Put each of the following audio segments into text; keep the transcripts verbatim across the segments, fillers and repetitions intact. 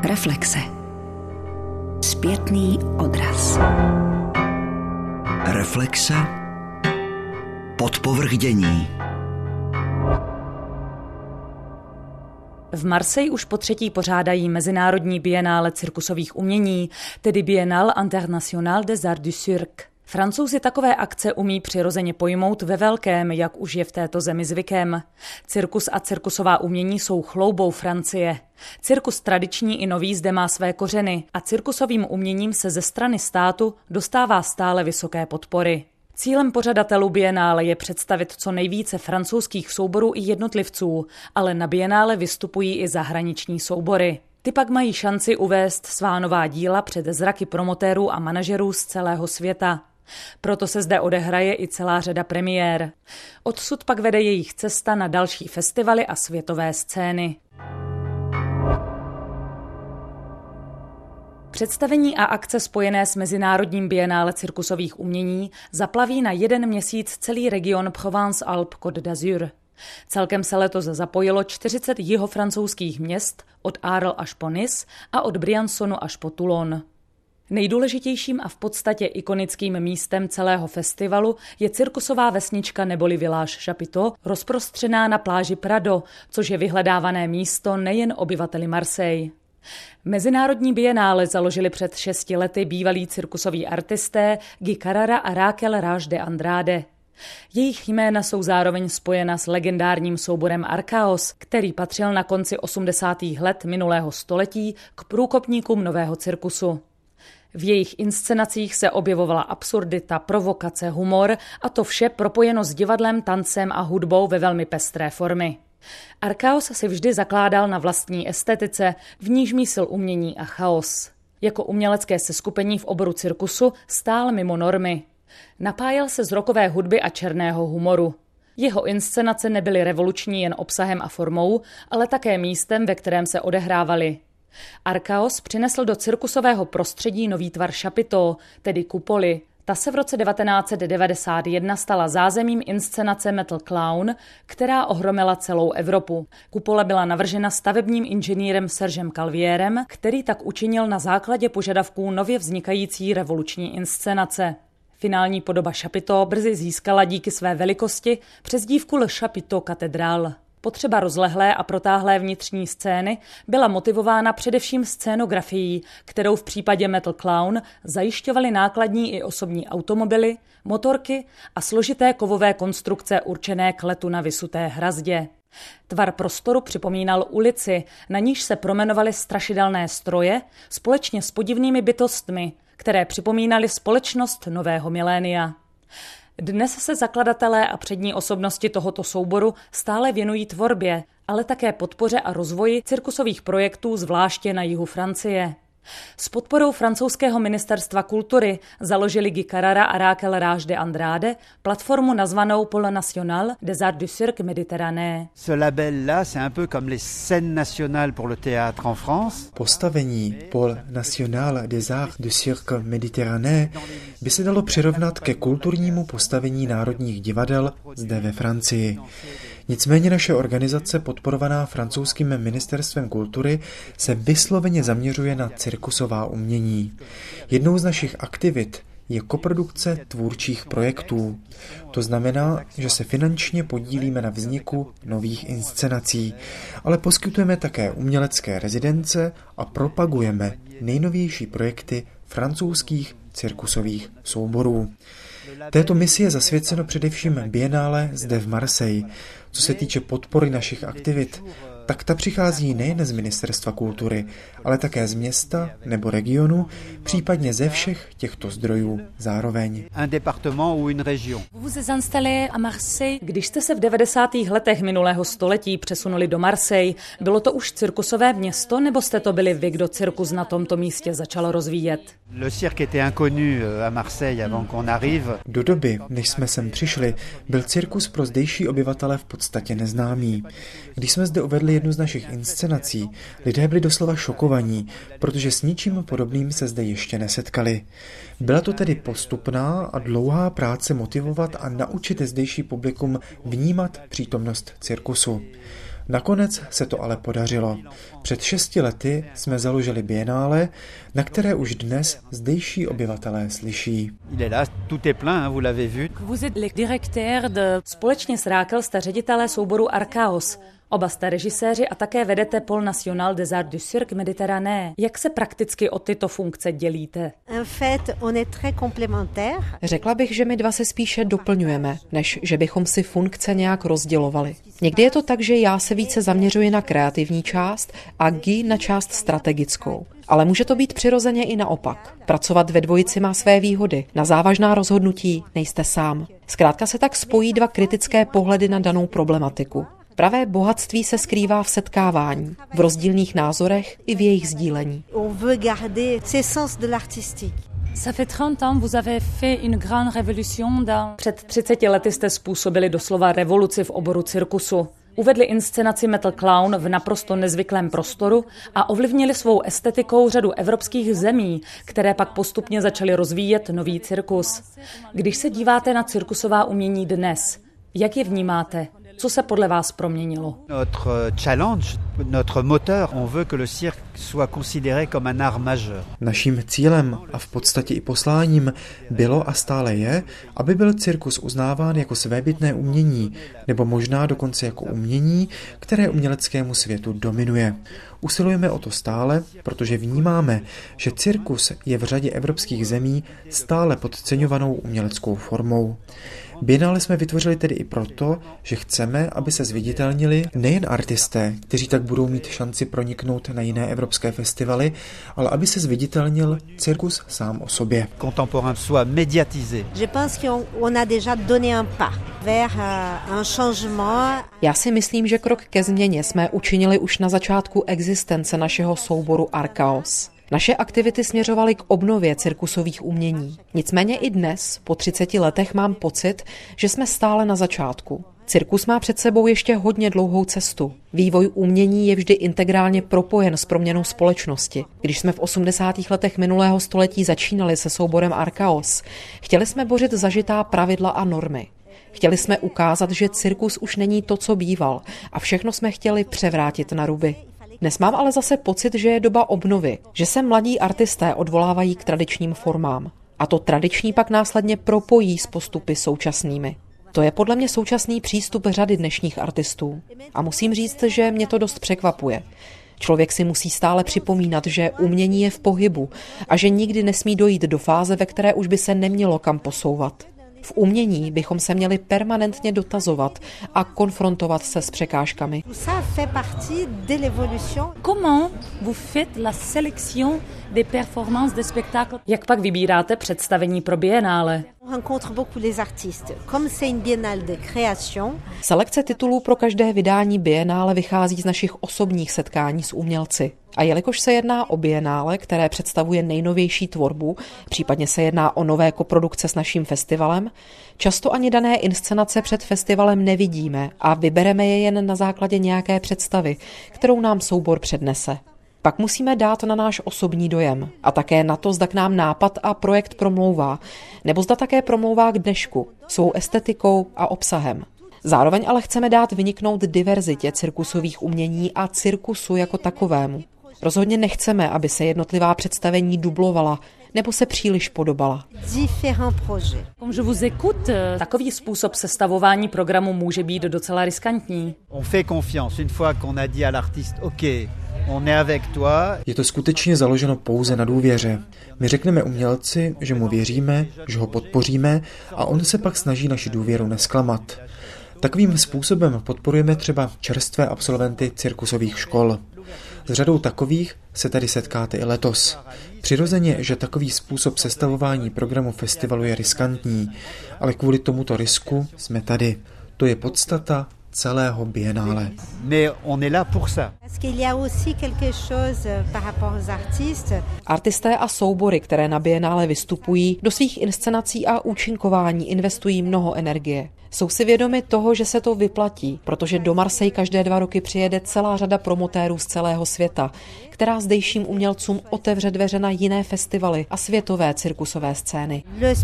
Reflexe. Zpětný odraz. Reflexe. Podpovrchdění. V Marseille už po třetí pořádají Mezinárodní bienále cirkusových umění, tedy Biennale Internationale des Arts du Cirque. Francouzi takové akce umí přirozeně pojmout ve velkém, jak už je v této zemi zvykem. Cirkus a cirkusová umění jsou chloubou Francie. Cirkus tradiční i nový zde má své kořeny a cirkusovým uměním se ze strany státu dostává stále vysoké podpory. Cílem pořadatelů bienále je představit co nejvíce francouzských souborů i jednotlivců, ale na bienále vystupují i zahraniční soubory. Ty pak mají šanci uvést svá nová díla před zraky promotérů a manažerů z celého světa. Proto se zde odehraje i celá řada premiér. Odsud pak vede jejich cesta na další festivaly a světové scény. Představení a akce spojené s Mezinárodním bienále cirkusových umění zaplaví na jeden měsíc celý region Provence-Alpes-Côte d'Azur. Celkem se letos zapojilo čtyřicet jihofrancouzských měst od Arles až po Nice a od Briançonu až po Toulon. Nejdůležitějším a v podstatě ikonickým místem celého festivalu je cirkusová vesnička neboli Village Chapiteau, rozprostřená na pláži Prado, což je vyhledávané místo nejen obyvateli Marseille. Mezinárodní bienále založili před šesti lety bývalí cirkusoví artisté Guy Carrara a Raquel Rage de Andrade. Jejich jména jsou zároveň spojena s legendárním souborem Archaos, který patřil na konci osmdesátých let minulého století k průkopníkům nového cirkusu. V jejich inscenacích se objevovala absurdita, provokace, humor a to vše propojeno s divadlem, tancem a hudbou ve velmi pestré formy. Archaos si vždy zakládal na vlastní estetice, v níž mísil umění a chaos. Jako umělecké seskupení v oboru cirkusu stál mimo normy. Napájel se z rockové hudby a černého humoru. Jeho inscenace nebyly revoluční jen obsahem a formou, ale také místem, ve kterém se odehrávaly. Archaos přinesl do cirkusového prostředí nový tvar chapiteau, tedy kupoly. Ta se v roce devatenáct set devadesát jedna stala zázemím inscenace Metal Clown, která ohromila celou Evropu. Kupole byla navržena stavebním inženýrem Sergem Calvierem, který tak učinil na základě požadavků nově vznikající revoluční inscenace. Finální podoba chapiteau brzy získala díky své velikosti přezdívku Le Chapiteau Cathédrale. Potřeba rozlehlé a protáhlé vnitřní scény byla motivována především scénografií, kterou v případě Metal Clown zajišťovaly nákladní i osobní automobily, motorky a složité kovové konstrukce určené k letu na vysuté hrazdě. Tvar prostoru připomínal ulici, na níž se promenovaly strašidelné stroje společně s podivnými bytostmi, které připomínaly společnost nového milénia. Dnes se zakladatelé a přední osobnosti tohoto souboru stále věnují tvorbě, ale také podpoře a rozvoji cirkusových projektů zvláště na jihu Francie. S podporou francouzského ministerstva kultury založili Guy Carrara a Raquel Rage de Andrade platformu nazvanou Pôle National des Arts du Cirque Méditerranée. Ce label-là, c'est un peu comme les scènes nationales pour le théâtre en France. Postavení Pôle National des Arts du Cirque Méditerranée by se dalo přirovnat ke kulturnímu postavení národních divadel zde ve Francii. Nicméně naše organizace, podporovaná francouzským ministerstvem kultury, se vysloveně zaměřuje na cirkusová umění. Jednou z našich aktivit je koprodukce tvůrčích projektů. To znamená, že se finančně podílíme na vzniku nových inscenací, ale poskytujeme také umělecké rezidence a propagujeme nejnovější projekty francouzských cirkusových souborů. Této misi je zasvěceno především bienále zde v Marseille. Co se týče podpory našich aktivit, tak ta přichází nejen z Ministerstva kultury, ale také z města nebo regionu, případně ze všech těchto zdrojů zároveň. Když jste se v devadesátých letech minulého století přesunuli do Marseille, bylo to už cirkusové město, nebo jste to byli vy, kdo cirkus na tomto místě začal rozvíjet? Do doby, než jsme sem přišli, byl cirkus pro zdejší obyvatele v podstatě neznámý. Když jsme zde uvedli jednu z našich inscenací, lidé byli doslova šokovaní, protože s ničím podobným se zde ještě nesetkali. Byla to tedy postupná a dlouhá práce motivovat a naučit zdejší publikum vnímat přítomnost cirkusu. Nakonec se to ale podařilo. Před šesti lety jsme založili bienále, na které už dnes zdejší obyvatelé slyší. Společně s Rákel jste ředitelé souboru Archaos. Oba jste režiséři a také vedete Pôle National des Arts du Cirque Méditerranée. Jak se prakticky o tyto funkce dělíte? Řekla bych, že my dva se spíše doplňujeme, než že bychom si funkce nějak rozdělovali. Někdy je to tak, že já se více zaměřuji na kreativní část a Guy na část strategickou. Ale může to být přirozeně i naopak. Pracovat ve dvojici má své výhody. Na závažná rozhodnutí nejste sám. Zkrátka se tak spojí dva kritické pohledy na danou problematiku. Pravé bohatství se skrývá v setkávání, v rozdílných názorech i v jejich sdílení. Před třiceti lety jste způsobili doslova revoluci v oboru cirkusu. Uvedli inscenaci Metal Clown v naprosto nezvyklém prostoru a ovlivnili svou estetikou řadu evropských zemí, které pak postupně začaly rozvíjet nový cirkus. Když se díváte na cirkusová umění dnes, jak je vnímáte? Co se podle vás proměnilo? Notre challenge, notre moteur, on veut que le cirque soit considéré comme un art majeur. Naším cílem a v podstatě i posláním bylo a stále je, aby byl cirkus uznáván jako svébytné umění, nebo možná dokonce jako umění, které uměleckému světu dominuje. Usilujeme o to stále, protože vnímáme, že cirkus je v řadě evropských zemí stále podceňovanou uměleckou formou. Bienále jsme vytvořili tedy i proto, že chceme, aby se zviditelnili nejen artisté, kteří tak budou mít šanci proniknout na jiné evropské festivaly, ale aby se zviditelnil cirkus sám o sobě. Contemporain soit médiatisé. Je pense qu'on a déjà donné un pas vers un changement. Já si myslím, že krok ke změně jsme učinili už na začátku existence našeho souboru Archaos. Naše aktivity směřovaly k obnově cirkusových umění. Nicméně i dnes, po třiceti letech, mám pocit, že jsme stále na začátku. Cirkus má před sebou ještě hodně dlouhou cestu. Vývoj umění je vždy integrálně propojen s proměnou společnosti. Když jsme v osmdesátých letech minulého století začínali se souborem Archaos, chtěli jsme bořit zažitá pravidla a normy. Chtěli jsme ukázat, že cirkus už není to, co býval, a všechno jsme chtěli převrátit na ruby. Dnes mám ale zase pocit, že je doba obnovy, že se mladí artisté odvolávají k tradičním formám. A to tradiční pak následně propojí s postupy současnými. To je podle mě současný přístup řady dnešních artistů. A musím říct, že mě to dost překvapuje. Člověk si musí stále připomínat, že umění je v pohybu a že nikdy nesmí dojít do fáze, ve které už by se nemělo kam posouvat. V umění bychom se měli permanentně dotazovat a konfrontovat se s překážkami. Comment vous faites la sélection des performances des spectacles? Jak pak vybíráte představení pro bienále? Selekce titulů pro každé vydání bienále vychází z našich osobních setkání s umělci. A jelikož se jedná o bienále, které představuje nejnovější tvorbu, případně se jedná o nové koprodukce s naším festivalem, často ani dané inscenace před festivalem nevidíme a vybereme je jen na základě nějaké představy, kterou nám soubor přednese. Pak musíme dát na náš osobní dojem a také na to, zda k nám nápad a projekt promlouvá, nebo zda také promlouvá k dnešku, svou estetikou a obsahem. Zároveň ale chceme dát vyniknout diverzitě cirkusových umění a cirkusu jako takovému. Rozhodně nechceme, aby se jednotlivá představení dublovala nebo se příliš podobala. Takový způsob sestavování programu může být docela riskantní. Je to skutečně založeno pouze na důvěře. My řekneme umělci, že mu věříme, že ho podpoříme a on se pak snaží naši důvěru nesklamat. Takovým způsobem podporujeme třeba čerstvé absolventy cirkusových škol. S řadou takových se tady setkáte i letos. Přirozeně, že takový způsob sestavování programu festivalu je riskantní, ale kvůli tomuto risku jsme tady. To je podstata celého bienále. Mais on est là pour ça. Artisté a soubory, které na Bienále vystupují, do svých inscenací a účinkování investují mnoho energie. Jsou si vědomi toho, že se to vyplatí, protože do Marseille každé dva roky přijede celá řada promotérů z celého světa, která zdejším umělcům otevře dveře na jiné festivaly a světové cirkusové scény.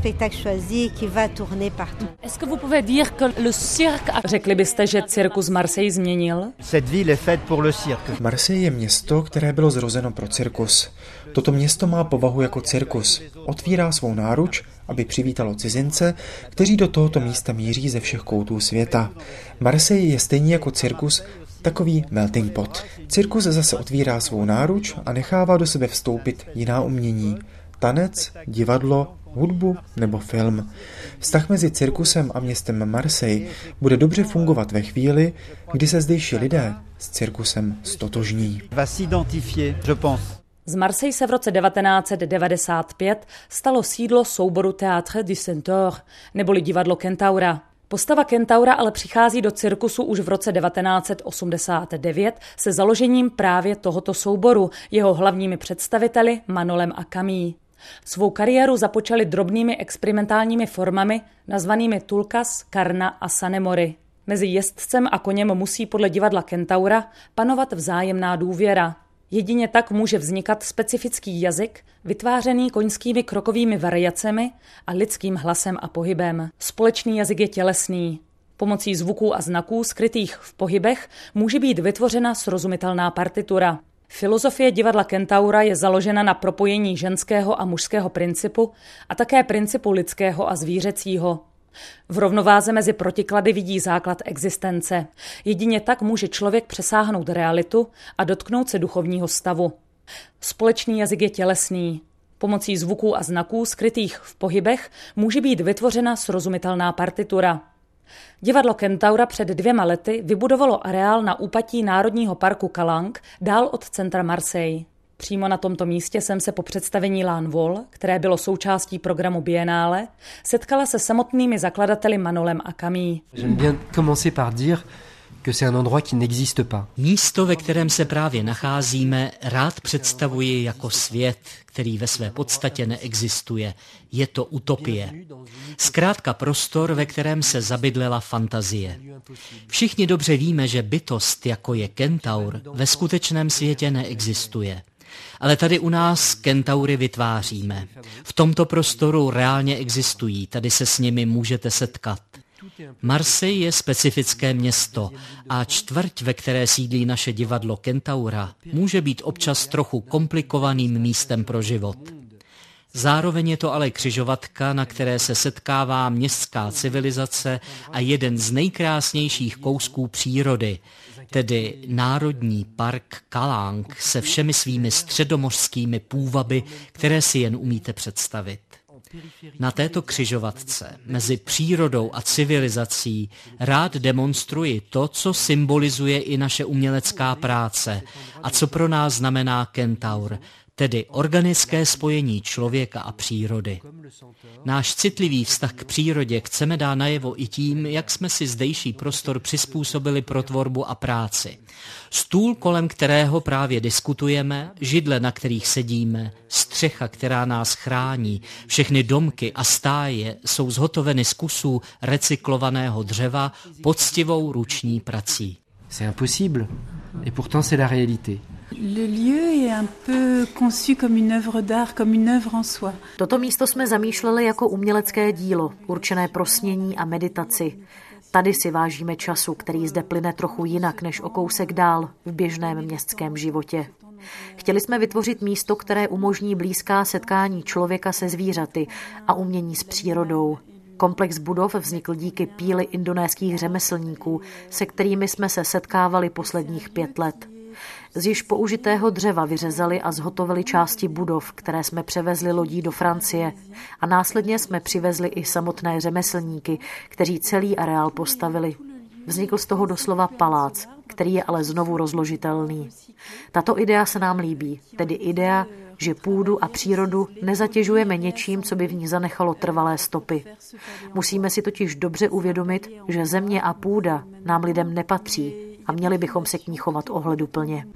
Řekli byste, že cirkus Marseille změnil? Marseille je město, které bylo zrozeno pro cirkus. Toto město má povahu jako cirkus. Otvírá svou náruč, aby přivítalo cizince, kteří do tohoto místa míří ze všech koutů světa. Marseille je stejně jako cirkus takový melting pot. Cirkus zase otvírá svou náruč a nechává do sebe vstoupit jiná umění. Tanec, divadlo, hudbu nebo film. Vztah mezi cirkusem a městem Marseille bude dobře fungovat ve chvíli, kdy se zdejší lidé s cirkusem stotožní. Z Marseille se v roce devatenáct set devadesát pět stalo sídlo souboru Théâtre du Centaure, neboli divadlo Kentaura. Postava Kentaura ale přichází do cirkusu už v roce devatenáct set osmdesát devět se založením právě tohoto souboru, jeho hlavními představiteli Manolem a Camille. Svou kariéru započali drobnými experimentálními formami nazvanými tulkas, karna a sanemory. Mezi jezdcem a koněm musí podle divadla Kentaura panovat vzájemná důvěra. Jedině tak může vznikat specifický jazyk, vytvářený koňskými krokovými variacemi a lidským hlasem a pohybem. Společný jazyk je tělesný. Pomocí zvuků a znaků skrytých v pohybech může být vytvořena srozumitelná partitura. Filozofie divadla Kentaura je založena na propojení ženského a mužského principu a také principu lidského a zvířecího. V rovnováze mezi protiklady vidí základ existence. Jedině tak může člověk přesáhnout realitu a dotknout se duchovního stavu. Společný jazyk je tělesný. Pomocí zvuků a znaků skrytých v pohybech může být vytvořena srozumitelná partitura. Divadlo Kentaura před dvěma lety vybudovalo areál na úpatí Národního parku Calanque dál od centra Marseille. Přímo na tomto místě jsem se po představení L'Envol, které bylo součástí programu Bienále, setkala se samotnými zakladateli Manolem a Camille. Místo, ve kterém se právě nacházíme, rád představuji jako svět, který ve své podstatě neexistuje. Je to utopie. Zkrátka prostor, ve kterém se zabydlela fantazie. Všichni dobře víme, že bytost, jako je kentaur, ve skutečném světě neexistuje. Ale tady u nás kentaury vytváříme. V tomto prostoru reálně existují, tady se s nimi můžete setkat. Marseille je specifické město a čtvrť, ve které sídlí naše divadlo Kentaura, může být občas trochu komplikovaným místem pro život. Zároveň je to ale křižovatka, na které se setkává městská civilizace a jeden z nejkrásnějších kousků přírody, tedy Národní park Calanque se všemi svými středomořskými půvaby, které si jen umíte představit. Na této křižovatce mezi přírodou a civilizací rád demonstruji to, co symbolizuje i naše umělecká práce a co pro nás znamená kentaur, tedy organické spojení člověka a přírody. Náš citlivý vztah k přírodě chceme dát najevo i tím, jak jsme si zdejší prostor přizpůsobili pro tvorbu a práci. Stůl, kolem kterého právě diskutujeme, židle, na kterých sedíme, střecha, která nás chrání, všechny domky a stáje jsou zhotoveny z kusů recyklovaného dřeva poctivou ruční prací. C'est impossible, et pourtant c'est la réalité. Le lieu est un peu conçu comme une œuvre d'art, comme une œuvre en soi. Toto místo jsme zamýšleli jako umělecké dílo, určené pro snění a meditaci. Tady si vážíme času, který zde plyne trochu jinak než o kousek dál v běžném městském životě. Chtěli jsme vytvořit místo, které umožní blízká setkání člověka se zvířaty a umění s přírodou. Komplex budov vznikl díky píli indonéských řemeslníků, se kterými jsme se setkávali posledních pět let. Z již použitého dřeva vyřezali a zhotovili části budov, které jsme převezli lodí do Francie, a následně jsme přivezli i samotné řemeslníky, kteří celý areál postavili. Vznikl z toho doslova palác, který je ale znovu rozložitelný. Tato idea se nám líbí, tedy idea, že půdu a přírodu nezatěžujeme něčím, co by v ní zanechalo trvalé stopy. Musíme si totiž dobře uvědomit, že země a půda nám lidem nepatří, a měli bychom se k ní chovat ohleduplně.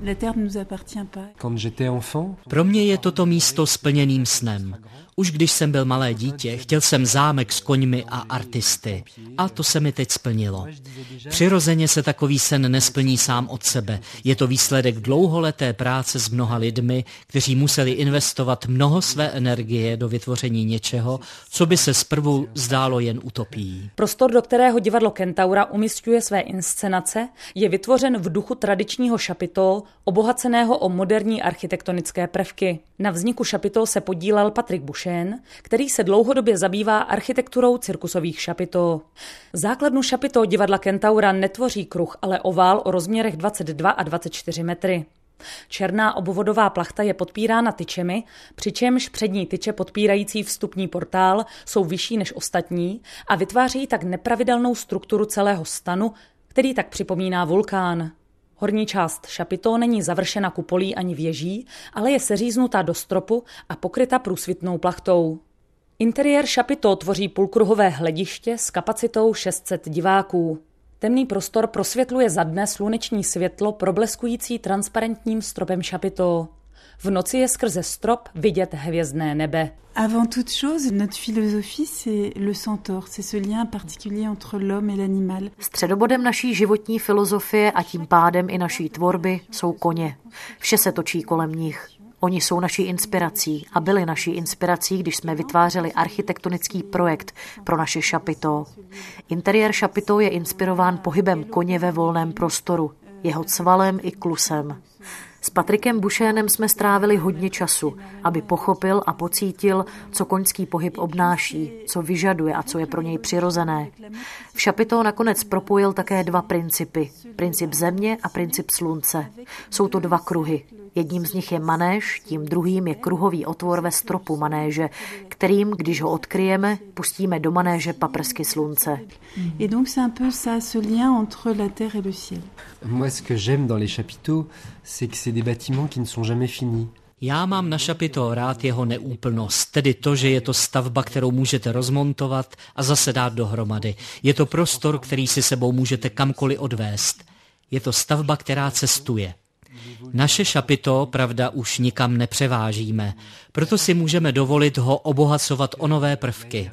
Pro mě je toto místo splněným snem. Už když jsem byl malé dítě, chtěl jsem zámek s koňmi a artisty. A to se mi teď splnilo. Přirozeně se takový sen nesplní sám od sebe. Je to výsledek dlouholeté práce s mnoha lidmi, kteří museli investovat mnoho své energie do vytvoření něčeho, co by se zprvu zdálo jen utopií. Prostor, do kterého divadlo Kentaura umisťuje své inscenace, je vytvořen v duchu tradičního šapitó, obohaceného o moderní architektonické prvky. Na vzniku šapitó se podílel Patrick Bouchain, který se dlouhodobě zabývá architekturou cirkusových šapitó. Základnu šapitó divadla Kentaura netvoří kruh, ale ovál o rozměrech dvacet dva a dvacet čtyři metry. Černá obvodová plachta je podpírána tyčemi, přičemž přední tyče podpírající vstupní portál jsou vyšší než ostatní a vytváří tak nepravidelnou strukturu celého stanu, který tak připomíná vulkán. Horní část šapitó není završena kupolí ani věží, ale je seříznutá do stropu a pokryta průsvitnou plachtou. Interiér šapitó tvoří půlkruhové hlediště s kapacitou šest set diváků. Temný prostor prosvětluje za dne sluneční světlo probleskující transparentním stropem šapitó. V noci je skrze strop vidět hvězdné nebe. Avant toute chose, notre philosophie, c'est le centaure, c'est ce lien particulier entre l'homme et l'animal. Středobodem naší životní filozofie a tím pádem i naší tvorby jsou koně. Vše se točí kolem nich. Oni jsou naší inspirací a byli naší inspirací, když jsme vytvářeli architektonický projekt pro naše šapitó. Interiér šapitó je inspirován pohybem koně ve volném prostoru, jeho cvalem i klusem. S Patrickem Bouchainem jsme strávili hodně času, aby pochopil a pocítil, co koňský pohyb obnáší, co vyžaduje a co je pro něj přirozené. V šapitó nakonec propojil také dva principy. Princip země a princip slunce. Jsou to dva kruhy. Jedním z nich je manéž, tím druhým je kruhový otvor ve stropu manéže, kterým, když ho odkryjeme, pustíme do manéže paprsky slunce. Et donc c'est un peu ça, ce lien entre la terre et le ciel. Moi, ce que j'aime dans les chapiteaux, c'est que c'est des bâtiments qui ne sont jamais finis. Já mám na šapitó rád jeho neúplnost, tedy to, že je to stavba, kterou můžete rozmontovat a zase dát dohromady. Je to prostor, který si sebou můžete kamkoliv odvést. Je to stavba, která cestuje. Naše šapitó, pravda, už nikam nepřevážíme, proto si můžeme dovolit ho obohacovat o nové prvky.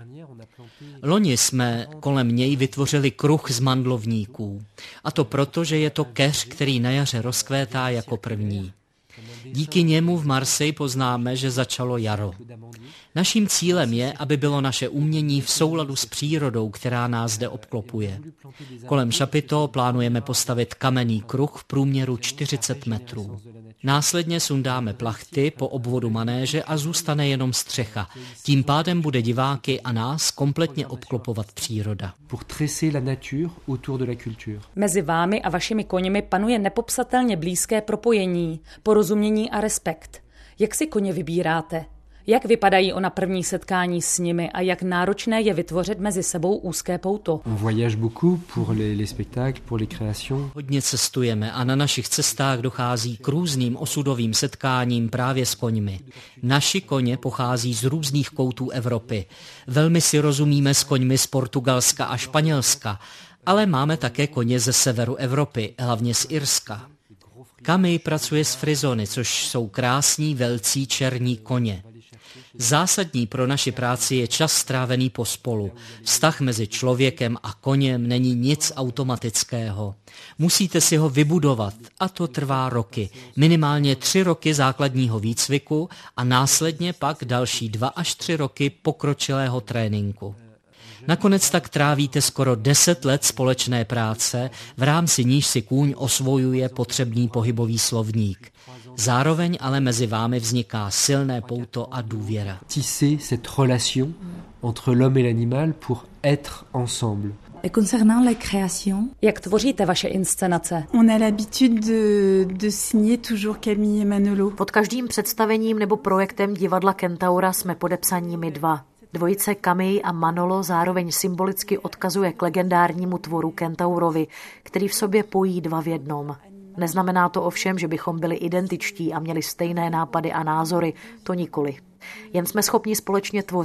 Loni jsme kolem něj vytvořili kruh z mandlovníků. A to proto, že je to keř, který na jaře rozkvétá jako první. Díky němu v Marseille poznáme, že začalo jaro. Naším cílem je, aby bylo naše umění v souladu s přírodou, která nás zde obklopuje. Kolem šapitó plánujeme postavit kamenný kruh v průměru čtyřicet metrů. Následně sundáme plachty po obvodu manéže a zůstane jenom střecha. Tím pádem bude diváky a nás kompletně obklopovat příroda. Mezi vámi a vašimi koněmi panuje nepopsatelně blízké propojení, porozumění a respekt. Jak si koně vybíráte? Jak vypadají ona první setkání s nimi a jak náročné je vytvořit mezi sebou úzké pouto? Hodně cestujeme a na našich cestách dochází k různým osudovým setkáním právě s koňmi. Naši koně pochází z různých koutů Evropy. Velmi si rozumíme s koňmi z Portugalska a Španělska, ale máme také koně ze severu Evropy, hlavně z Irska. Camille pracuje s frizony, což jsou krásní velcí černí koně. Zásadní pro naši práci je čas strávený pospolu. Vztah mezi člověkem a koněm není nic automatického. Musíte si ho vybudovat a to trvá roky. Minimálně tři roky základního výcviku a následně pak další dva až tři roky pokročilého tréninku. Nakonec tak trávíte skoro deset let společné práce, v rámci níž si kůň osvojuje potřebný pohybový slovník. Zároveň ale mezi vámi vzniká silné pouto a důvěra. Tisser cette relation entre l'homme et l'animal pour être ensemble. Et concernant la création, jak tvoříte vaše inscenace? On a l'habitude de, de signer toujours Camille et Manolo. Pod každým představením nebo projektem divadla Kentaura jsme podepsaní my dva. Dvojice Camille a Manolo zároveň symbolicky odkazuje k legendárnímu tvoru Kentaurovi, který v sobě pojí dva v jednom. Neznamená to ovšem, že bychom byli identičtí a měli stejné nápady a názory, to nikoli. Jen jsme schopni společně tvořit.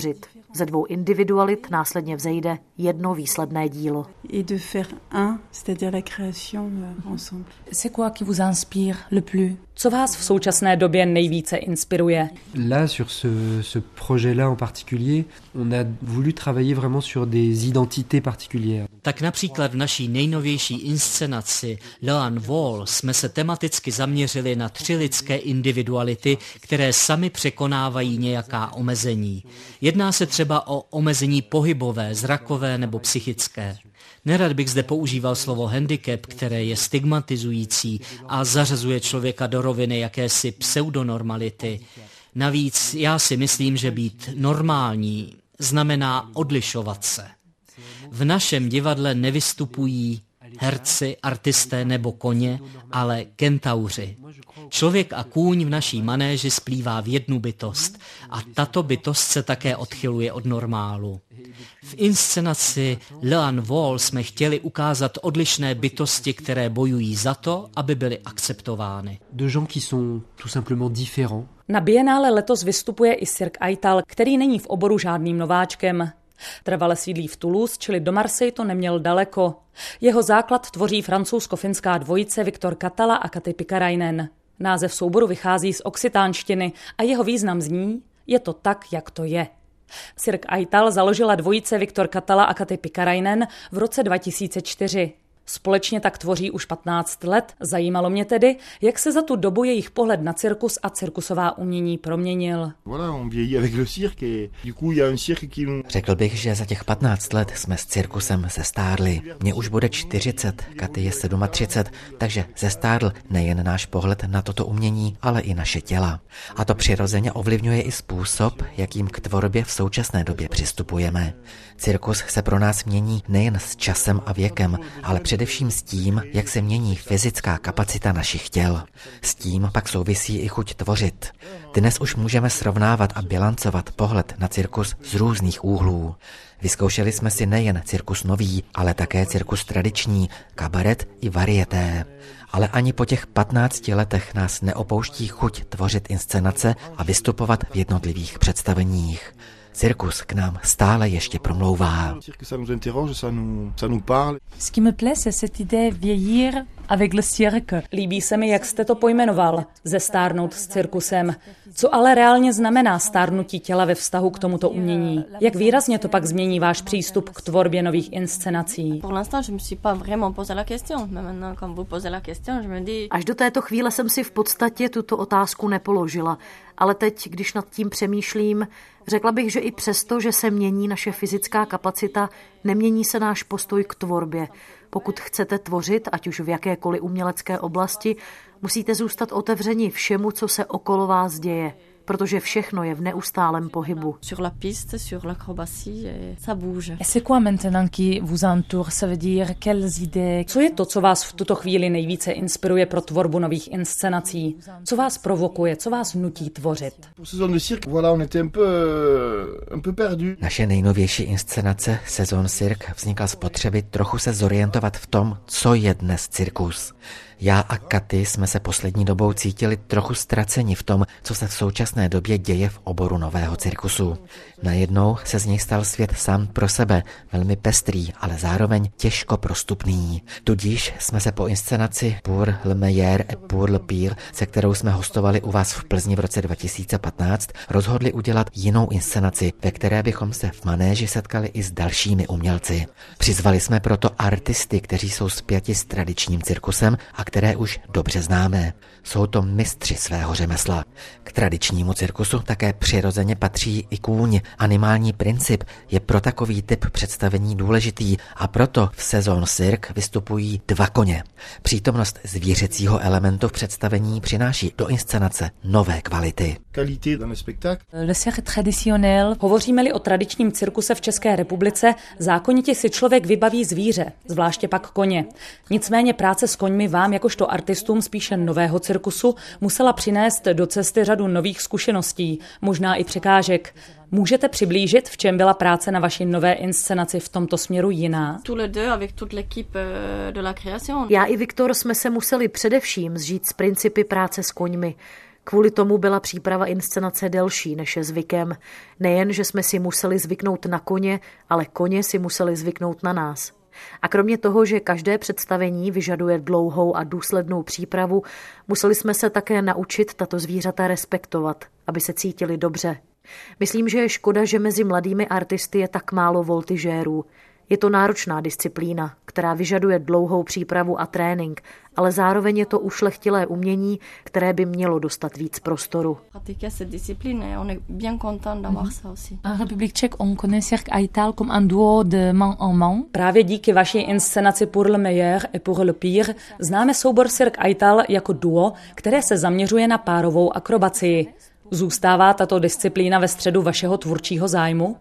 Ze dvou individualit následně vzejde jedno výsledné dílo. Et de faire un, c'est-à-dire la création ensemble. C'est quoi qui vous inspire le plus? Co vás v současné době nejvíce inspiruje? Là, sur ce, ce projet-là en particulier, on a voulu travailler vraiment sur des identités particulières. Tak například v naší nejnovější inscenaci Leanne Wall jsme se tematicky zaměřili na tři lidské individuality, které sami překonávají nějaká omezení. Jedná se třeba o omezení pohybové, zrakové nebo psychické. Nerad bych zde používal slovo handicap, které je stigmatizující a zařazuje člověka do roviny jakési pseudonormality. Navíc já si myslím, že být normální znamená odlišovat se. V našem divadle nevystupují herci, artisté nebo koně, ale kentauři. Člověk a kůň v naší manéži splývá v jednu bytost a tato bytost se také odchyluje od normálu. V inscenaci Leanne Wall jsme chtěli ukázat odlišné bytosti, které bojují za to, aby byly akceptovány. De gens qui sont tout simplement différents. Na Bienále letos vystupuje i Cirque Aital, který není v oboru žádným nováčkem. Trvale sídlí v Toulouse, čili do Marseille to neměl daleko. Jeho základ tvoří francouzsko-finská dvojice Viktor Katala a Kati Pikarainen. Název souboru vychází z occitánštiny a jeho význam zní: je to tak, jak to je. Cirque Aital založila dvojice Viktor Katala a Kati Pikarainen v roce dva tisíce čtyři. Společně tak tvoří už patnáct let. Zajímalo mě tedy, jak se za tu dobu jejich pohled na cirkus a cirkusová umění proměnil. Řekl bych, že za těch patnáct let jsme s cirkusem zestárli. Mně už bude čtyřicet, Katy je třicet sedm, takže zestárl nejen náš pohled na toto umění, ale i naše těla. A to přirozeně ovlivňuje i způsob, jakým k tvorbě v současné době přistupujeme. Cirkus se pro nás mění nejen s časem a věkem, ale především s tím, jak se mění fyzická kapacita našich těl. S tím pak souvisí i chuť tvořit. Dnes už můžeme srovnávat a bilancovat pohled na cirkus z různých úhlů. Vyzkoušeli jsme si nejen cirkus nový, ale také cirkus tradiční, kabaret i varieté. Ale ani po těch patnácti letech nás neopouští chuť tvořit inscenace a vystupovat v jednotlivých představeních. Cirkus k nám stále ještě promlouvá. Ce qui me plaît, c'est cette idée vieillir avec le cirque. Líbí se mi, jak jste to pojmenoval, zestárnout s cirkusem. Co ale reálně znamená stárnutí těla ve vztahu k tomuto umění? Jak výrazně to pak změní váš přístup k tvorbě nových inscenací? Až do této chvíle jsem si v podstatě tuto otázku nepoložila, ale teď, když nad tím přemýšlím, řekla bych, že i přesto, že se mění naše fyzická kapacita, nemění se náš postoj k tvorbě. Pokud chcete tvořit, ať už v jakékoliv umělecké oblasti, musíte zůstat otevřeni všemu, co se okolo vás děje, protože všechno je v neustálém pohybu. Sur la piste, sur l'acrobatie, ça bouge. Et c'est quoi maintenant qui vous entoure? Ça veut dire quelles idées? Co je to, co vás v tuto chvíli nejvíce inspiruje pro tvorbu nových inscenací? Co vás provokuje, co vás nutí tvořit? Naše nejnovější inscenace Saison Cirque vznikla z potřeby trochu se zorientovat v tom, co je dnes cirkus. Já a Katy jsme se poslední dobou cítili trochu ztraceni v tom, co se v současné době děje v oboru nového cirkusu. Najednou se z něj stal svět sám pro sebe, velmi pestrý, ale zároveň těžko prostupný. Tudíž jsme se po inscenaci Pour le meilleur et pour le pire, se kterou jsme hostovali u vás v Plzni v roce dva tisíce patnáct, rozhodli udělat jinou inscenaci, ve které bychom se v manéži setkali i s dalšími umělci. Přizvali jsme proto artisty, kteří jsou spjati s tradičním cirkusem a které už dobře známe. Jsou to mistři svého řemesla. K tradičnímu cirkusu také přirozeně patří i kůň. Animální princip je pro takový typ představení důležitý a proto v Saison Cirque vystupují dva koně. Přítomnost zvířecího elementu v představení přináší do inscenace nové kvality. Le cirque traditionnel. Hovoříme-li o tradičním cirkuse v České republice, zákonitě si člověk vybaví zvíře, zvláště pak koně. Nicméně práce s koňmi vám jakožto artistům spíše nového cirkusu musela přinést do cesty řadu nových zkušeností, možná i překážek. Můžete přiblížit, v čem byla práce na vaší nové inscenaci v tomto směru jiná? Já i Viktor jsme se museli především zžít s principy práce s koňmi. Kvůli tomu byla příprava inscenace delší, než je zvykem. Nejen, že jsme si museli zvyknout na koně, ale koně si museli zvyknout na nás. A kromě toho, že každé představení vyžaduje dlouhou a důslednou přípravu, museli jsme se také naučit tato zvířata respektovat, aby se cítili dobře. Myslím, že je škoda, že mezi mladými artisty je tak málo voltižérů. Je to náročná disciplína, která vyžaduje dlouhou přípravu a trénink, ale zároveň je to ušlechtilé umění, které by mělo dostat víc prostoru. En République tchèque, on connaît Cirque Aital comme un duo de main en main. Právě díky vaší inscenaci Pour le meilleur et pour le pire známe soubor Cirque Aital jako duo, které se zaměřuje na párovou akrobacii. Zůstává tato disciplína ve středu vašeho tvůrčího zájmu?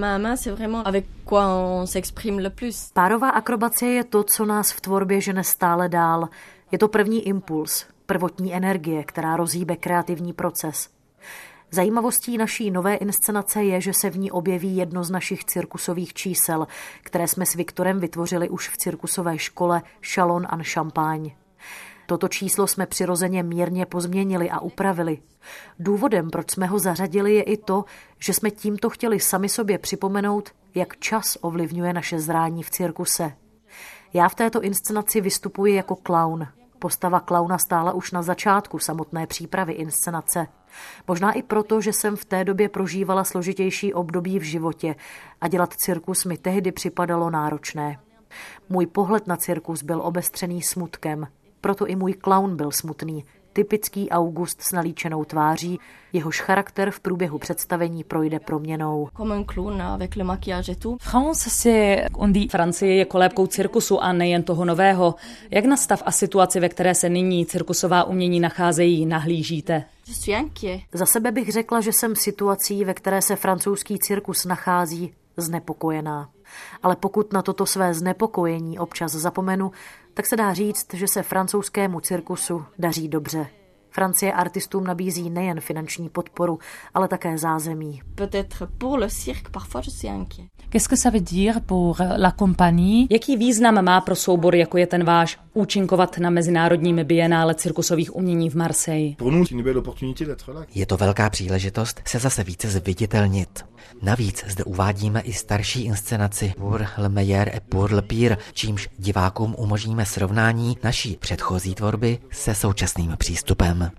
Párová akrobacie je to, co nás v tvorbě žene stále dál. Je to první impuls, prvotní energie, která rozhýbe kreativní proces. Zajímavostí naší nové inscenace je, že se v ní objeví jedno z našich cirkusových čísel, které jsme s Viktorem vytvořili už v cirkusové škole Chalon en Champagne. Toto číslo jsme přirozeně mírně pozměnili a upravili. Důvodem, proč jsme ho zařadili, je i to, že jsme tímto chtěli sami sobě připomenout, jak čas ovlivňuje naše zrání v cirkuse. Já v této inscenaci vystupuji jako klaun. Postava klauna stála už na začátku samotné přípravy inscenace. Možná i proto, že jsem v té době prožívala složitější období v životě a dělat cirkus mi tehdy připadalo náročné. Můj pohled na cirkus byl obestřený smutkem. Proto i můj klaun byl smutný, typický August s nalíčenou tváří, jehož charakter v průběhu představení projde proměnou. Francie je kolébkou cirkusu a nejen toho nového. Jak na stav a situaci, ve které se nyní cirkusová umění nacházejí, nahlížíte? Za sebe bych řekla, že jsem situací, ve které se francouzský cirkus nachází, znepokojená. Ale pokud na toto své znepokojení občas zapomenu, tak se dá říct, že se francouzskému cirkusu daří dobře. Francie artistům nabízí nejen finanční podporu, ale také zázemí. Qu'est-ce que ça veut dire pour la compagnie? Jaký význam má pro soubor, jako je ten váš, účinkovat na mezinárodním bienále cirkusových umění v Marseille? Je to velká příležitost se zase více zviditelnit. Navíc zde uvádíme i starší inscenaci Pour le meilleur et pour le pire, čímž divákům umožníme srovnání naší předchozí tvorby se současným přístupem.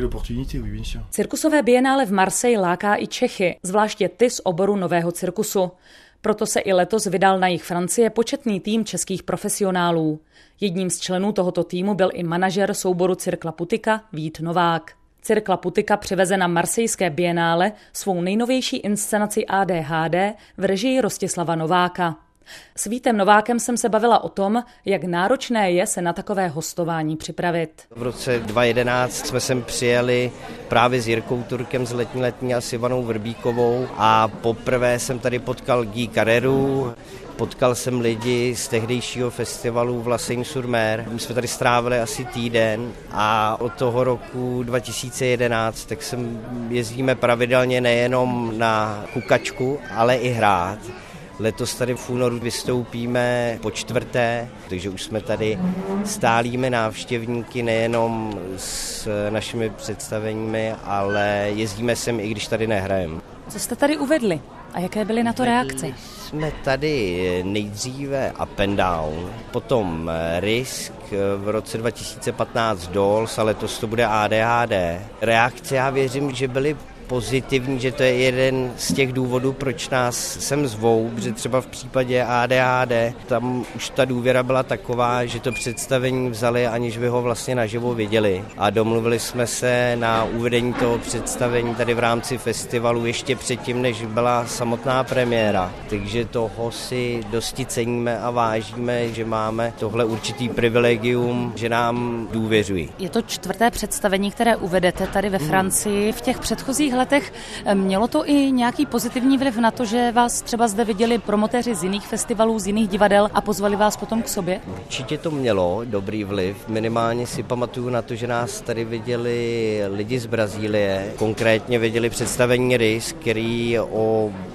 Cirkusové bienále v Marseille láká i Čechy, zvláště ty z oboru nového cirkusu. Proto se i letos vydal na jih Francie početný tým českých profesionálů. Jedním z členů tohoto týmu byl i manažer souboru Cirque La Putika Vít Novák. Cirque La Putika přiveze na marsejské bienále svou nejnovější inscenaci A D H D v režii Rostislava Nováka. S Vítem Novákem jsem se bavila o tom, jak náročné je se na takové hostování připravit. V roce dva tisíce jedenáct jsme sem přijeli právě s Jirkou Turkem z Letní letní a s Ivanou Vrbíkovou a poprvé jsem tady potkal Guy Carreru, potkal jsem lidi z tehdejšího festivalu v La Seine-sur-Mer. My jsme tady strávili asi týden a od toho roku dva tisíce jedenáct tak sem jezdíme pravidelně nejenom na kukačku, ale i hrát. Letos tady v únoru vystoupíme po čtvrté, takže už jsme tady stálými návštěvníky nejenom s našimi představeními, ale jezdíme sem, i když tady nehrajeme. Co jste tady uvedli a jaké byly na to reakce? Jsme tady nejdříve Up and Down, potom Risk, v roce dva tisíce patnáct Dolls a letos to bude A D H D. Reakce já věřím, že byly pozitivní, že to je jeden z těch důvodů, proč nás sem zvou, protože třeba v případě A D H D tam už ta důvěra byla taková, že to představení vzali, aniž by ho vlastně naživo viděli. A domluvili jsme se na uvedení toho představení tady v rámci festivalu ještě předtím, než byla samotná premiéra. Takže toho si dosti ceníme a vážíme, že máme tohle určitý privilegium, že nám důvěřují. Je to čtvrté představení, které uvedete tady ve Francii. V těch předchozích letech mělo to i nějaký pozitivní vliv na to, že vás třeba zde viděli promotéři z jiných festivalů, z jiných divadel a pozvali vás potom k sobě? Určitě to mělo dobrý vliv. Minimálně si pamatuju na to, že nás tady viděli lidi z Brazílie. Konkrétně viděli představení Risk, který o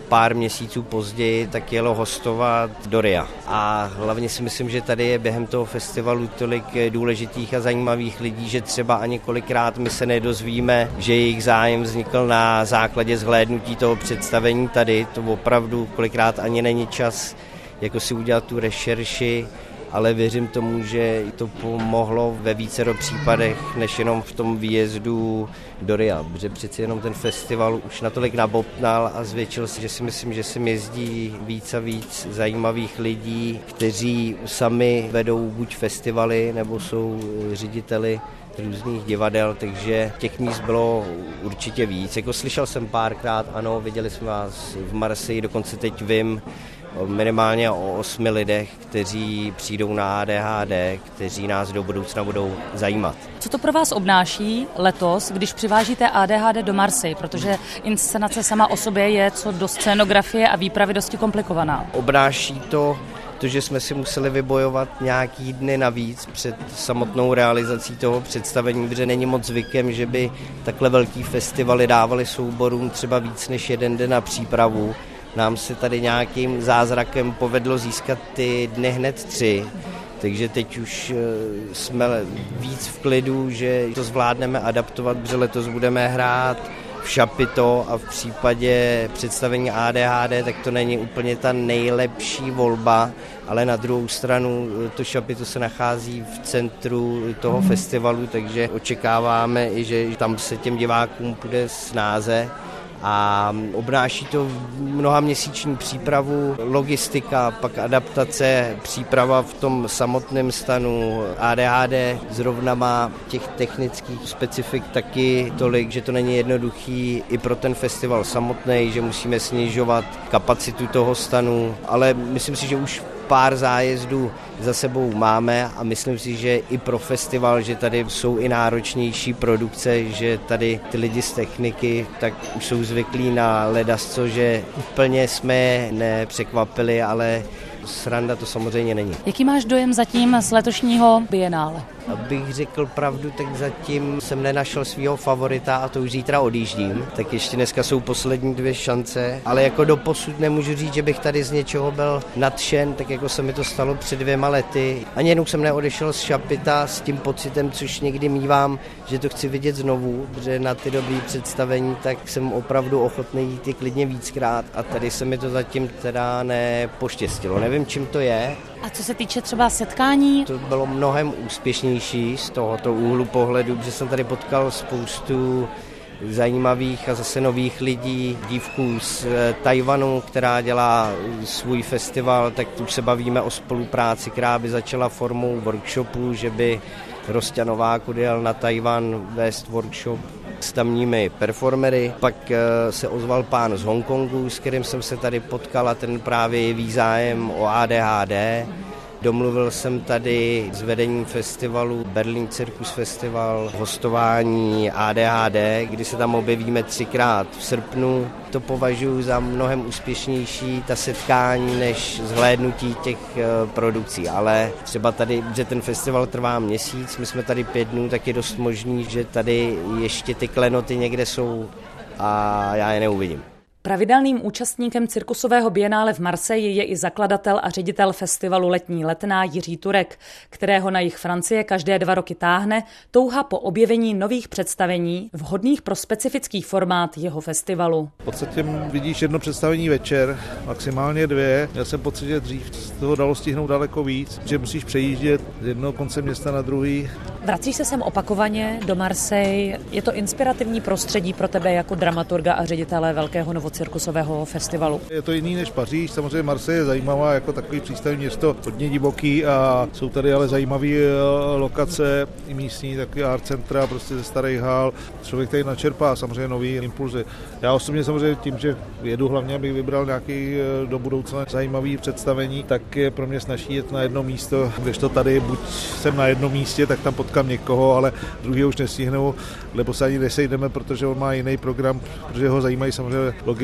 pár měsíců později tak jelo hostovat do Ria. A hlavně si myslím, že tady je během toho festivalu tolik důležitých a zajímavých lidí, že třeba ani kolikrát my se nedozvíme, že jejich zájem vznikl na základě zhlédnutí toho představení tady. To opravdu kolikrát ani není čas jako si udělat tu rešerši, ale věřím tomu, že to pomohlo ve vícero případech, než jenom v tom výjezdu do Ria, protože přeci jenom ten festival už natolik nabobtnal a zvětšil se, že si myslím, že sem jezdí víc a víc zajímavých lidí, kteří sami vedou buď festivaly, nebo jsou řediteli různých divadel, takže těch míst bylo určitě víc. Jako slyšel jsem párkrát, ano, viděli jsme vás v Marseille, dokonce teď vím, minimálně o osmi lidech, kteří přijdou na A D H D, kteří nás do budoucna budou zajímat. Co to pro vás obnáší letos, když přivážíte A D H D do Marseille, protože inscenace sama o sobě je co do scénografie a výpravy dosti komplikovaná? Obnáší to to, že jsme si museli vybojovat nějaký dny navíc před samotnou realizací toho představení, protože není moc zvykem, že by takhle velký festivaly dávaly souborům třeba víc než jeden den na přípravu. Nám se tady nějakým zázrakem povedlo získat ty dny hned tři, takže teď už jsme víc v klidu, že to zvládneme adaptovat, protože letos budeme hrát v Chapiteau a v případě představení A D H D, tak to není úplně ta nejlepší volba, ale na druhou stranu to Chapiteau se nachází v centru toho festivalu, takže očekáváme i, že tam se těm divákům půjde snáze. A obnáší to mnohaměsíční přípravu, logistika, pak adaptace, příprava v tom samotném stanu. A D H D zrovna má těch technických specifik taky tolik, že to není jednoduchý i pro ten festival samotný, že musíme snižovat kapacitu toho stanu, ale myslím si, že už pár zájezdů za sebou máme a myslím si, že i pro festival, že tady jsou i náročnější produkce, že tady ty lidi z techniky tak už jsou zvyklí na ledasco, že úplně jsme je nepřekvapili, ale sranda to samozřejmě není. Jaký máš dojem zatím z letošního bienále? Abych řekl pravdu, tak zatím jsem nenašel svého favorita a to už zítra odjíždím. Tak ještě dneska jsou poslední dvě šance, ale jako doposud nemůžu říct, že bych tady z něčeho byl nadšen, tak jako se mi to stalo před dvěma lety. Ani jednou jsem neodešel z Chapita s tím pocitem, což někdy mívám, že to chci vidět znovu, protože na ty dobré představení tak jsem opravdu ochotný jít i klidně víckrát a tady se mi to zatím teda nepoštěstilo. Nevím, čím to je. A co se týče třeba setkání? To bylo mnohem úspěšnější z tohoto úhlu pohledu, protože jsem tady potkal spoustu zajímavých a zase nových lidí, dívku z Tajvanu, která dělá svůj festival, tak už se bavíme o spolupráci, která by začala formou workshopu, že by Rostě Nováku jel na Tajvan vést workshop s tamními performery. Pak se ozval pán z Hongkongu, s kterým jsem se tady potkal a ten právě jeví zájem o A D H D. Domluvil jsem tady s vedením festivalu Berlin Circus Festival hostování A D H D, kdy se tam objevíme třikrát v srpnu. To považuji za mnohem úspěšnější ta setkání než zhlédnutí těch produkcí, ale třeba tady, že ten festival trvá měsíc, my jsme tady pět dnů, tak je dost možný, že tady ještě ty klenoty někde jsou a já je neuvidím. Pravidelným účastníkem cirkusového bienále v Marseille je i zakladatel a ředitel festivalu Letní letná Jiří Turek, kterého na jih Francie každé dva roky táhne touha po objevení nových představení vhodných pro specifický formát jeho festivalu. V podstatě vidíš jedno představení večer, maximálně dvě. Já jsem pocit, že dřív z toho dalo stihnout daleko víc, že musíš přejíždět z jednoho konce města na druhý. Vracíš se sem opakovaně do Marseille. Je to inspirativní prostředí pro tebe jako dramaturga a ředitele velkého novocirkusového festivalu? Je to jiný než Paříž, samozřejmě Marseille je zajímavá jako takový přístavní město, hodně divoký a jsou tady ale zajímavé lokace i místní, takový art centra, prostě ze starých hal. Člověk tady načerpá samozřejmě nový impulzy. Já osobně samozřejmě tím, že jedu hlavně, abych vybral nějaký do budoucna zajímavý představení, tak je pro mě snaží jet na jedno místo, když to tady buď jsem na jednom místě, tak tam potkám někoho, ale druhý už nestihnu, nebo se ani nesejdeme, protože on má jiný program, protože ho zajímají samozřejmě logicky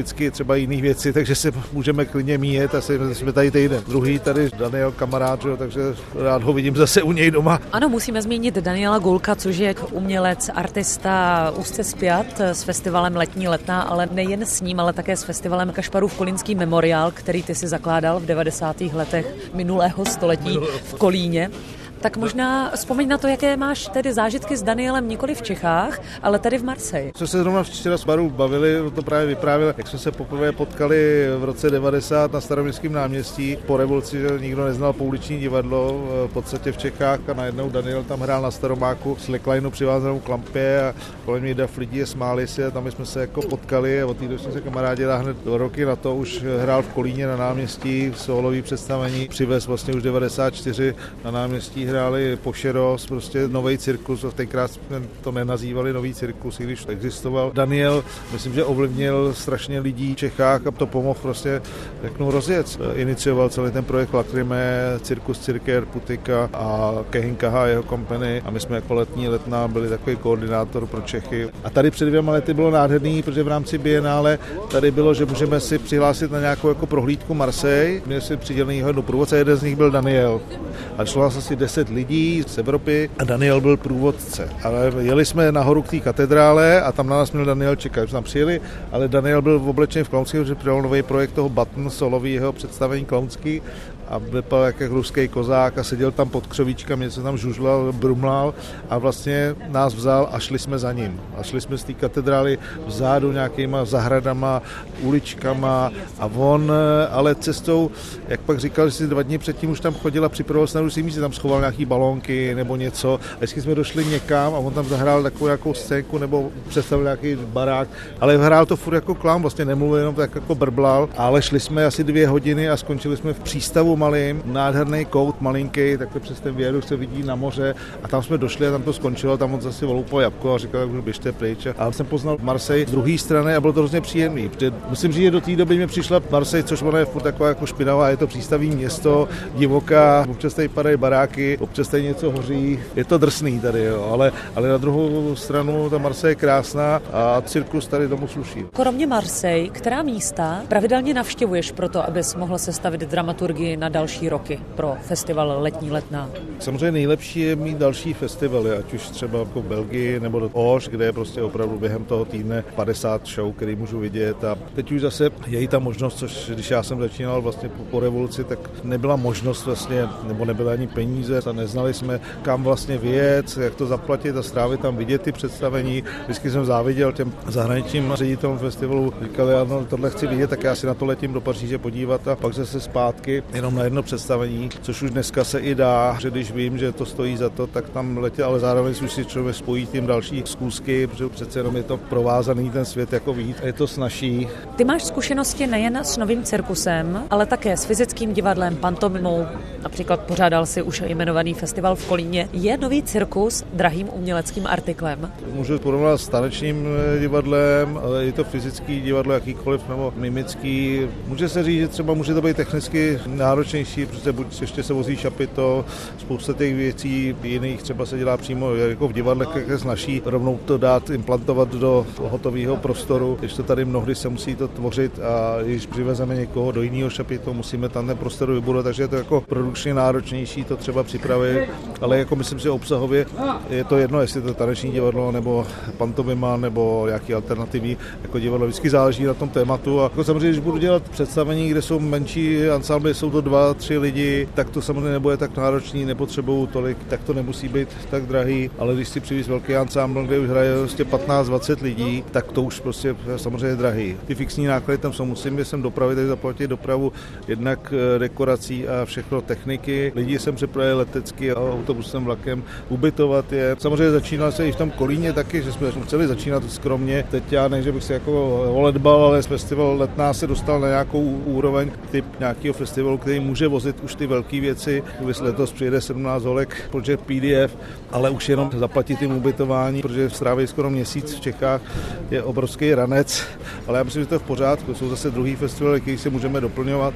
vždycky třeba jiných věcí, takže se můžeme klidně míjet a jsme tady týden. Druhý tady Daniel kamarád, že, takže rád ho vidím zase u něj doma. Ano, musíme zmínit Daniela Gulka, což je umělec, artista úzce spjat s festivalem Letní letná, ale nejen s ním, ale také s festivalem Kašparův Kolínský memoriál, který ty si zakládal v devadesátých letech minulého století v Kolíně. Tak možná vzpomeň na to, jaké máš tedy zážitky s Danielem nikoli v Čechách, ale tady v Marseille. Co se zrovna včera s Baru bavili, to právě vyprávěl, jak jsme se poprvé potkali v roce devadesát na Staroměstském náměstí. Po revoluci, že nikdo neznal pouliční divadlo v podstatě v Čechách a najednou Daniel tam hrál na Staromáku s Leklajnou přivázanou k lampě a kolem něj dav lidí a smáli se a tam jsme se jako potkali a od té doby jsme se kamarádi a hned dva roky na to už hrál v Kolíně na náměstí, solový představení, přivez vlastně už devadesát čtyři na náměstí, hráli Pošeros, prostě nový cirkus, tenkrát jsme to nenazývali nový cirkus, i když existoval. Daniel, myslím, že ovlivnil strašně lidí v Čechách a to pomohl prostě, řeknu, rozjet. Inicioval celý ten projekt Lacrime, Cirkus Cirker, Putika a Kehinkaha a jeho company a my jsme jako Letní letná byli takový koordinátor pro Čechy. A tady před dvěma lety bylo nádherný, protože v rámci Bienále tady bylo, že můžeme si přihlásit na nějakou jako prohlídku Marseille. Měli si přidělený jednu průvodce, jeden z nich byl Daniel. A šlo nás asi deset lidí z Evropy a Daniel byl průvodce. Ale jeli jsme nahoru k té katedrále a tam na nás měl Daniel čekat. Jsme tam přijeli, ale Daniel byl v oblečení v klaunský, protože přidal nový projekt toho Button, solový jeho představení klaunský a vypadal jak ruský kozák a seděl tam pod křovíčkami, něco tam žužlal, brumlal a vlastně nás vzal a šli jsme za ním. A šli jsme z té katedrály vzadu nějakýma zahradama, uličkama a on, ale cestou, jak pak říkal, že si dva dny předtím už tam chodil a připravoval se na různý místě, tam schoval nějaký balónky nebo něco. A vždycky jsme došli někam a on tam zahrál takovou nějakou scénku nebo představil nějaký barák, ale hrál to furt jako klaun, vlastně nemluvil, jenom tak jako brblal, ale šli jsme asi dvě hodiny a skončili jsme v přístavu malým, nádherný kout, malinký, takhle přes ten viadukt se vidí na moře a tam jsme došli a tam to skončilo, tam on zase oloupal jabko a říkal, že běžte pryč. A jsem poznal Marseille z druhé strany a bylo to hrozně příjemný. Musím říct, že do té doby mi přišla Marseille, což ona je furt taková jako špinavá, je to přístavní město, divoká, občas tady padají baráky, občas tady něco hoří, je to drsný tady, jo, ale, ale na druhou stranu ta Marseille je krásná a cirkus tady tomu sluší. Kromě Marseille, která místa pravidelně navštěvuješ proto, abys mohl sestavit dramaturgii na další roky pro festival Letní letná? Samozřejmě nejlepší je mít další festivaly, ať už třeba jako v Belgii nebo do Oš, kde je prostě opravdu během toho týdne padesát show, který můžu vidět a teď už zase je i ta možnost, což když já jsem začínal vlastně po, po revoluci, tak nebyla možnost vlastně, nebo nebyly ani peníze a neznali jsme, kam vlastně vyjet, jak to zaplatit a strávit tam vidět ty představení. Vždycky jsem záviděl těm zahraničním ředitelům festivalu, říkali, ano, tohle chci vidět, tak já si na to letím do Paříže podívat a pak zase zpátky jenom na jedno představení, což už dneska se i dá, že když vím, že to stojí za to, tak tam letět, ale zároveň už si člověk spojí tím další zkusky, protože přece jenom je to provázaný ten svět jako víc, je to snazší. Ty máš zkušenosti nejen s novým cirkusem, ale také s fyzickým divadlem, pantomimou, například pořádal si už jmenovaný festival v Kolíně. Je nový cirkus drahým uměleckým artiklem? Můžu porovnat s tanečním divadlem, ale je to fyzický divadlo, jakýkoliv nebo mimický. Může se říct, že třeba může to být technicky náročnější, protože buď ještě se vozí šapito, spousta těch věcí jiných třeba se dělá přímo jako v divadle, jak je snaží rovnou to dát, implantovat do hotového prostoru, když to tady mnohdy se musí to tvořit a když přivezeme někoho do jiného šapito, musíme tam ten prostor vybudovat, takže je to jako produkčně náročnější to třeba připravit, ale jako myslím si obsahově je to jedno, jestli to taneční divadlo nebo pantomima nebo nějaký alternativní jako divadlo, vždycky záleží na tom tématu a jako samozřejmě, když budu dělat představení, kde jsou menší ansámbly, jsou to dva, tři lidi, tak to samozřejmě nebude tak náročný, nepotřebuju tolik, tak to nemusí být tak drahý, ale když si přivíz velký ansámbl, kde už hraje prostě patnáct dvacet lidí, tak to už prostě samozřejmě drahý. Ty fixní náklady tam jsou, musím sem dopravit, tak zaplatit dopravu jednak dekorací a všechno techniky. Lidi sem přepravili letecky a autobusem, vlakem, ubytovat je. Samozřejmě začínal se i v tom Kolíně taky, že jsme museli začínat skromně. Teď já ne, že bych se jako oledbal, ale z festival Letná se dostal na nějakou úroveň typ nějakého festivalu, který může vozit už ty velké věci. Letos přijede sedmnáct holek, projekt P D F, ale už jenom zaplatit jim ubytování, protože stráví skoro měsíc v Čechách, je obrovský ranec, ale já myslím, že to je v pořádku. Jsou zase druhý festivaly, který si můžeme doplňovat.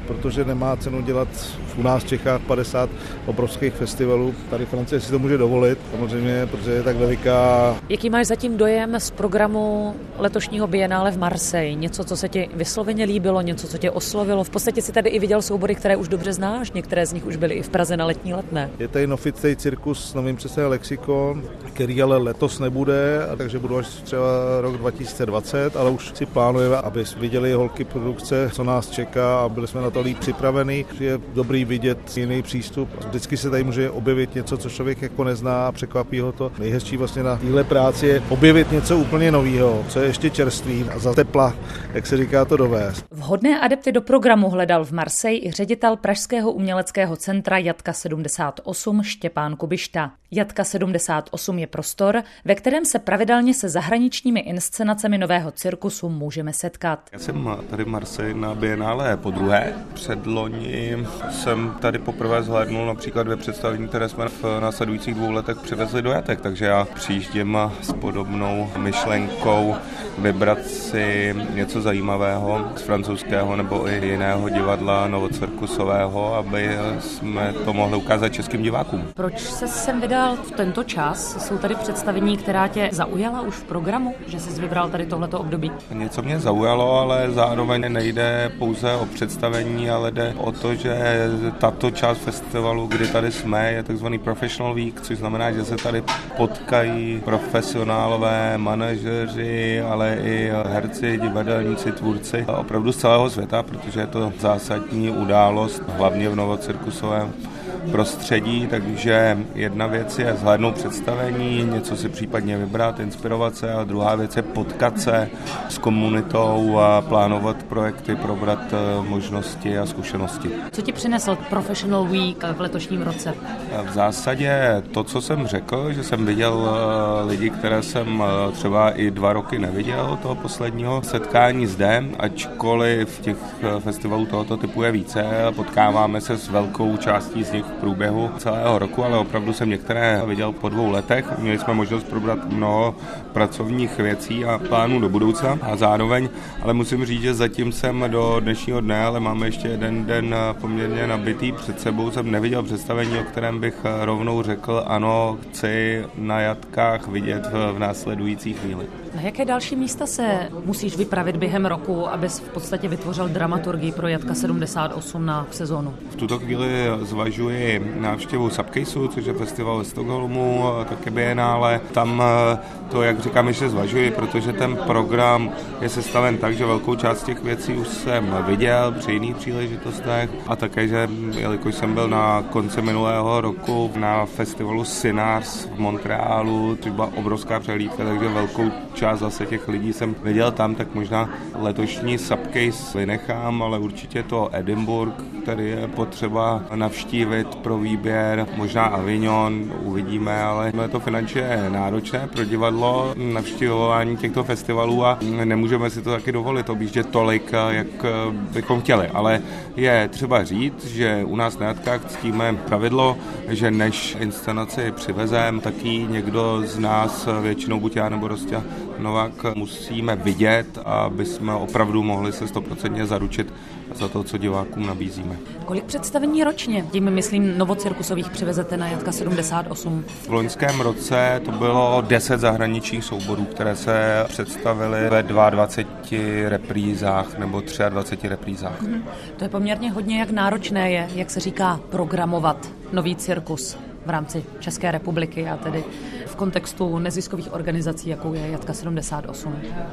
protože nemá cenu dělat u nás v Čechách padesát obrovských festivalů. Tady Francie si to může dovolit, samozřejmě, protože je tak veliká. Jaký máš zatím dojem z programu letošního Bienále v Marseille? Něco, co se ti vysloveně líbilo, něco, co tě oslovilo? V podstatě si tady i viděl soubory, které už dobře znáš, některé z nich už byly i v Praze na Letní Letné. Je tady Novitý cirkus s novým přesně lexikon, který ale letos nebude, a takže budou až třeba rok dva tisíce dvacet, ale už si plánujeme, aby viděli holky produkce, co nás čeká, a byli jsme na to líp připravení. Je dobrý vidět jiný přístup. Vždycky se tady může objevit něco, co člověk jako nezná a překvapí ho to. Nejhezčí vlastně na téhle práci je objevit něco úplně nového, co je ještě čerstvý a za tepla, jak se říká, to dovést. Vhodné adepty do programu hledal v Marseille i ředitel Pražského uměleckého centra Jatka sedmdesát osm Štěpán Kubišta. Jatka sedmdesát osm je prostor, ve kterém se pravidelně se zahraničními inscenacemi nového cirkusu můžeme setkat. Já jsem tady v Marseille na Bienále podruhé. Předloni jsem tady poprvé zhlédnul například dvě představení, které jsme v následujících dvou letech přivezli do Jatek, takže já přijíždím s podobnou myšlenkou vybrat si něco zajímavého z francouzského nebo i jiného divadla novocirkusového, aby jsme to mohli ukázat českým divákům. Proč se sem vydal v tento čas? Jsou tady představení, která tě zaujala už v programu, že jsi vybral tady tohleto období? Něco mě zaujalo, ale zároveň nejde pouze o představení, ale jde o to, že tato část festivalu, kdy tady jsme, je takzvaný Professional Week, což znamená, že se tady potkají profesionálové manažeři, ale i herci, divadelníci, tvůrci opravdu z celého světa, protože je to zásadní událost, hlavně v novocirkusovém prostředí, takže jedna věc je zhlédnout představení, něco si případně vybrat, inspirovat se, a druhá věc je potkat se s komunitou a plánovat projekty, probrat možnosti a zkušenosti. Co ti přinesl Professional Week v letošním roce? V zásadě to, co jsem řekl, že jsem viděl lidi, které jsem třeba i dva roky neviděl toho posledního setkání zde, ačkoliv těch festivalů tohoto typu je více, potkáváme se s velkou částí z nich v průběhu celého roku, ale opravdu jsem některé viděl po dvou letech. Měli jsme možnost probrat mnoho pracovních věcí a plánů do budoucna a zároveň, ale musím říct, že zatím jsem do dnešního dne, ale máme ještě jeden den poměrně nabitý před sebou, jsem neviděl představení, o kterém bych rovnou řekl, ano, chci na Jatkách vidět v, v následující chvíli. Na jaké další místa se musíš vypravit během roku, abys v podstatě vytvořil dramaturgii pro Jatka sedmdesát osm na sezónu? V tuto chvíli zvažuji návštěvu Subcaseu, což je festival ve Stockholmu, také Bienále. Tam to, jak říkám, ještě zvažuji, protože ten program je sestaven tak, že velkou část těch věcí už jsem viděl při jiných příležitostech a také, že jelikož jsem byl na konci minulého roku na festivalu Synars v Montrealu, což byla obrovská přehlídka, takže velkou část zase těch lidí jsem viděl tam, tak možná letošní Subcase vynechám, ale určitě to Edinburgh, který je potřeba navštívit pro výběr, možná Avignon, uvidíme, ale je to finančně náročné pro divadlo navštěvování těchto festivalů a nemůžeme si to taky dovolit objíždět tolik, jak bychom chtěli, ale je třeba říct, že u nás na Jatkách ctíme pravidlo, že než inscenaci přivezem, taky někdo z nás, většinou buď já nebo Rostia Novák, musíme vidět, aby jsme opravdu mohli se stoprocentně zaručit za to, co divákům nabízíme. Kolik představení ročně, tím myslím novocirkusových, přivezete na Jatka sedmdesát osm? V loňském roce to bylo deset zahraničních souborů, které se představily ve dvaceti dvou reprízách nebo dvaceti třech reprízách. Hmm. To je poměrně hodně, jak náročné je, jak se říká, programovat nový cirkus v rámci České republiky a tedy v kontextu neziskových organizací, jakou je Jatka sedmdesát osm.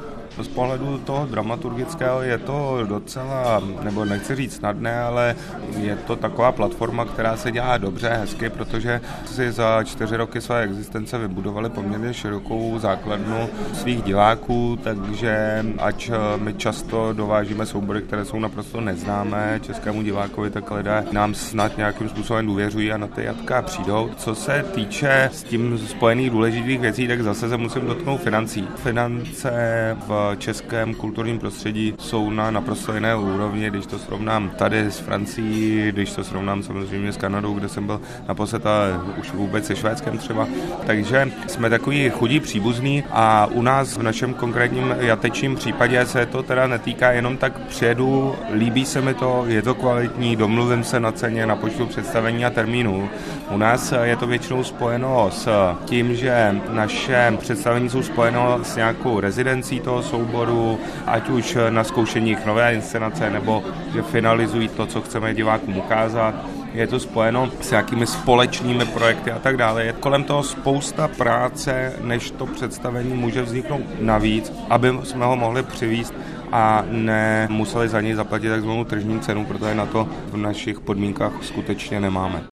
Z pohledu toho dramaturgického je to docela, nebo nechci říct snadné, ale je to taková platforma, která se dělá dobře, hezky, protože si za čtyři roky své existence vybudovali poměrně širokou základnu svých diváků, takže ač my často dovážíme soubory, které jsou naprosto neznámé českému divákovi, tak lidé nám snad nějakým způsobem důvěřují a na ty Jatka přijdou. Jo, co se týče s tím spojených důležitých věcí, tak zase se musím dotknout financí. Finance v českém kulturním prostředí jsou na naprosto jiné úrovni, když to srovnám tady s Francií, když to srovnám samozřejmě s Kanadou, kde jsem byl naposled a už vůbec se Švédskem třeba. Takže jsme takový chudí příbuzní a u nás v našem konkrétním jatečním případě se to teda netýká jenom tak přijedu, líbí se mi to, je to kvalitní, domluvím se na ceně, na počtu představení a termínů. U nás je to většinou spojeno s tím, že naše představení jsou spojeno s nějakou rezidencí toho souboru, ať už na zkoušení nové inscenace, nebo že finalizují to, co chceme divákům ukázat. Je to spojeno s nějakými společnými projekty a tak dále. Je kolem toho spousta práce, než to představení může vzniknout navíc, aby jsme ho mohli přivízt a nemuseli za něj zaplatit takzvanou tržní cenu, protože na to v našich podmínkách skutečně nemáme.